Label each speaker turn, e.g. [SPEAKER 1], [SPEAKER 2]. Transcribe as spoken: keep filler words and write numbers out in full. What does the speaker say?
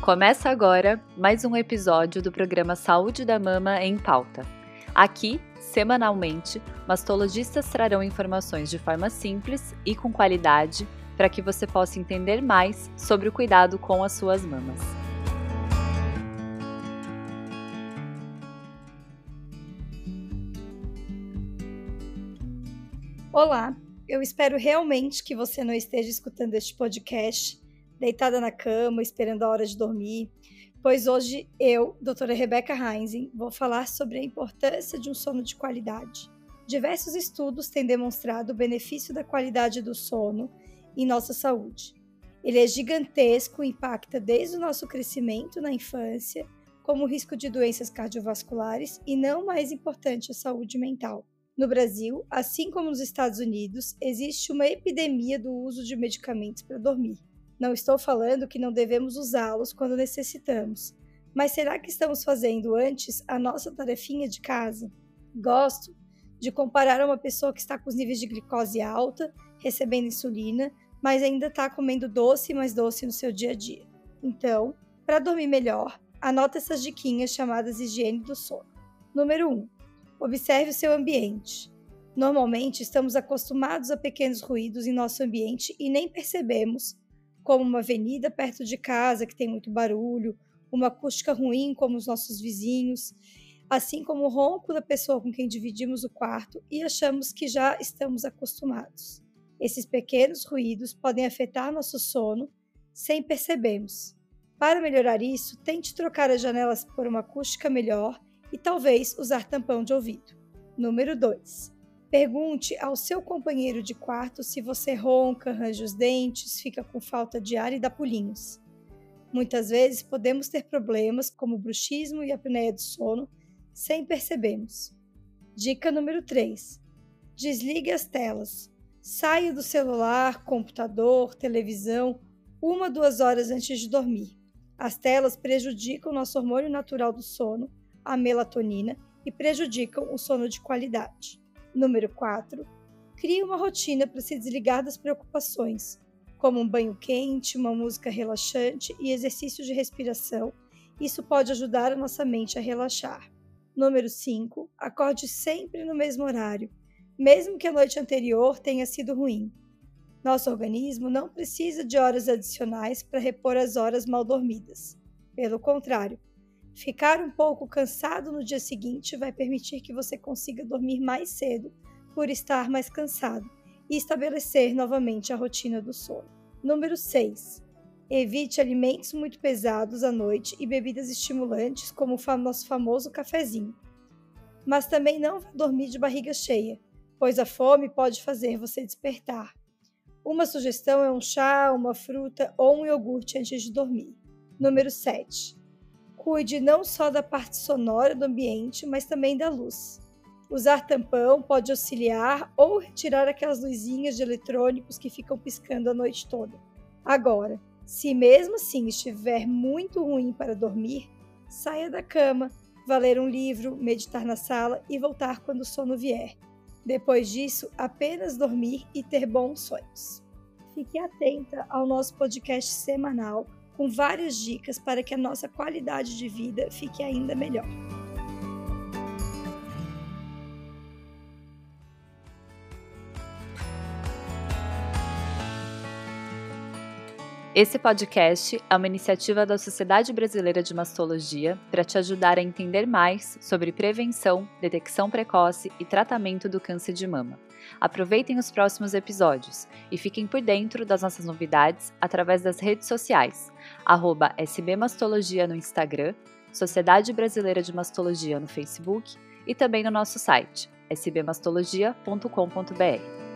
[SPEAKER 1] Começa agora mais um episódio do programa Saúde da Mama em Pauta. Aqui, semanalmente, mastologistas trarão informações de forma simples e com qualidade para que você possa entender mais sobre o cuidado com as suas mamas.
[SPEAKER 2] Olá, eu espero realmente que você não esteja escutando este podcast deitada na cama, esperando a hora de dormir, pois hoje eu, doutora Rebeca Heinzen, vou falar sobre a importância de um sono de qualidade. Diversos estudos têm demonstrado o benefício da qualidade do sono em nossa saúde. Ele é gigantesco e impacta desde o nosso crescimento na infância, como o risco de doenças cardiovasculares e, não mais importante, a saúde mental. No Brasil, assim como nos Estados Unidos, existe uma epidemia do uso de medicamentos para dormir. Não estou falando que não devemos usá-los quando necessitamos, mas será que estamos fazendo antes a nossa tarefinha de casa? Gosto de comparar a uma pessoa que está com os níveis de glicose alta, recebendo insulina, mas ainda está comendo doce e mais doce no seu dia a dia. Então, para dormir melhor, anota essas diquinhas chamadas higiene do sono. Número um. Observe o seu ambiente. Normalmente, estamos acostumados a pequenos ruídos em nosso ambiente e nem percebemos, como uma avenida perto de casa que tem muito barulho, uma acústica ruim como os nossos vizinhos, assim como o ronco da pessoa com quem dividimos o quarto e achamos que já estamos acostumados. Esses pequenos ruídos podem afetar nosso sono sem percebermos. Para melhorar isso, tente trocar as janelas por uma acústica melhor e talvez usar tampão de ouvido. Número dois. Pergunte ao seu companheiro de quarto se você ronca, range os dentes, fica com falta de ar e dá pulinhos. Muitas vezes podemos ter problemas como bruxismo e apneia do sono sem percebermos. Dica número três. Desligue as telas. Saia do celular, computador, televisão, uma, duas horas antes de dormir. As telas prejudicam o nosso hormônio natural do sono, a melatonina, e prejudicam o sono de qualidade. Número quatro. Crie uma rotina para se desligar das preocupações, como um banho quente, uma música relaxante e exercícios de respiração. Isso pode ajudar a nossa mente a relaxar. Número cinco. Acorde sempre no mesmo horário, mesmo que a noite anterior tenha sido ruim. Nosso organismo não precisa de horas adicionais para repor as horas mal dormidas. Pelo contrário, ficar um pouco cansado no dia seguinte vai permitir que você consiga dormir mais cedo por estar mais cansado e estabelecer novamente a rotina do sono. Número seis. Evite alimentos muito pesados à noite e bebidas estimulantes como o nosso famoso cafezinho. Mas também não vá dormir de barriga cheia, pois a fome pode fazer você despertar. Uma sugestão é um chá, uma fruta ou um iogurte antes de dormir. Número sete. Cuide não só da parte sonora do ambiente, mas também da luz. Usar tampão pode auxiliar ou retirar aquelas luzinhas de eletrônicos que ficam piscando a noite toda. Agora, se mesmo assim estiver muito ruim para dormir, saia da cama, vá ler um livro, meditar na sala e voltar quando o sono vier. Depois disso, apenas dormir e ter bons sonhos. Fique atenta ao nosso podcast semanal, com várias dicas para que a nossa qualidade de vida fique ainda melhor.
[SPEAKER 1] Esse podcast é uma iniciativa da Sociedade Brasileira de Mastologia para te ajudar a entender mais sobre prevenção, detecção precoce e tratamento do câncer de mama. Aproveitem os próximos episódios e fiquem por dentro das nossas novidades através das redes sociais, arroba S B Mastologia no Instagram, Sociedade Brasileira de Mastologia no Facebook e também no nosso site, s b mastologia ponto com ponto b r.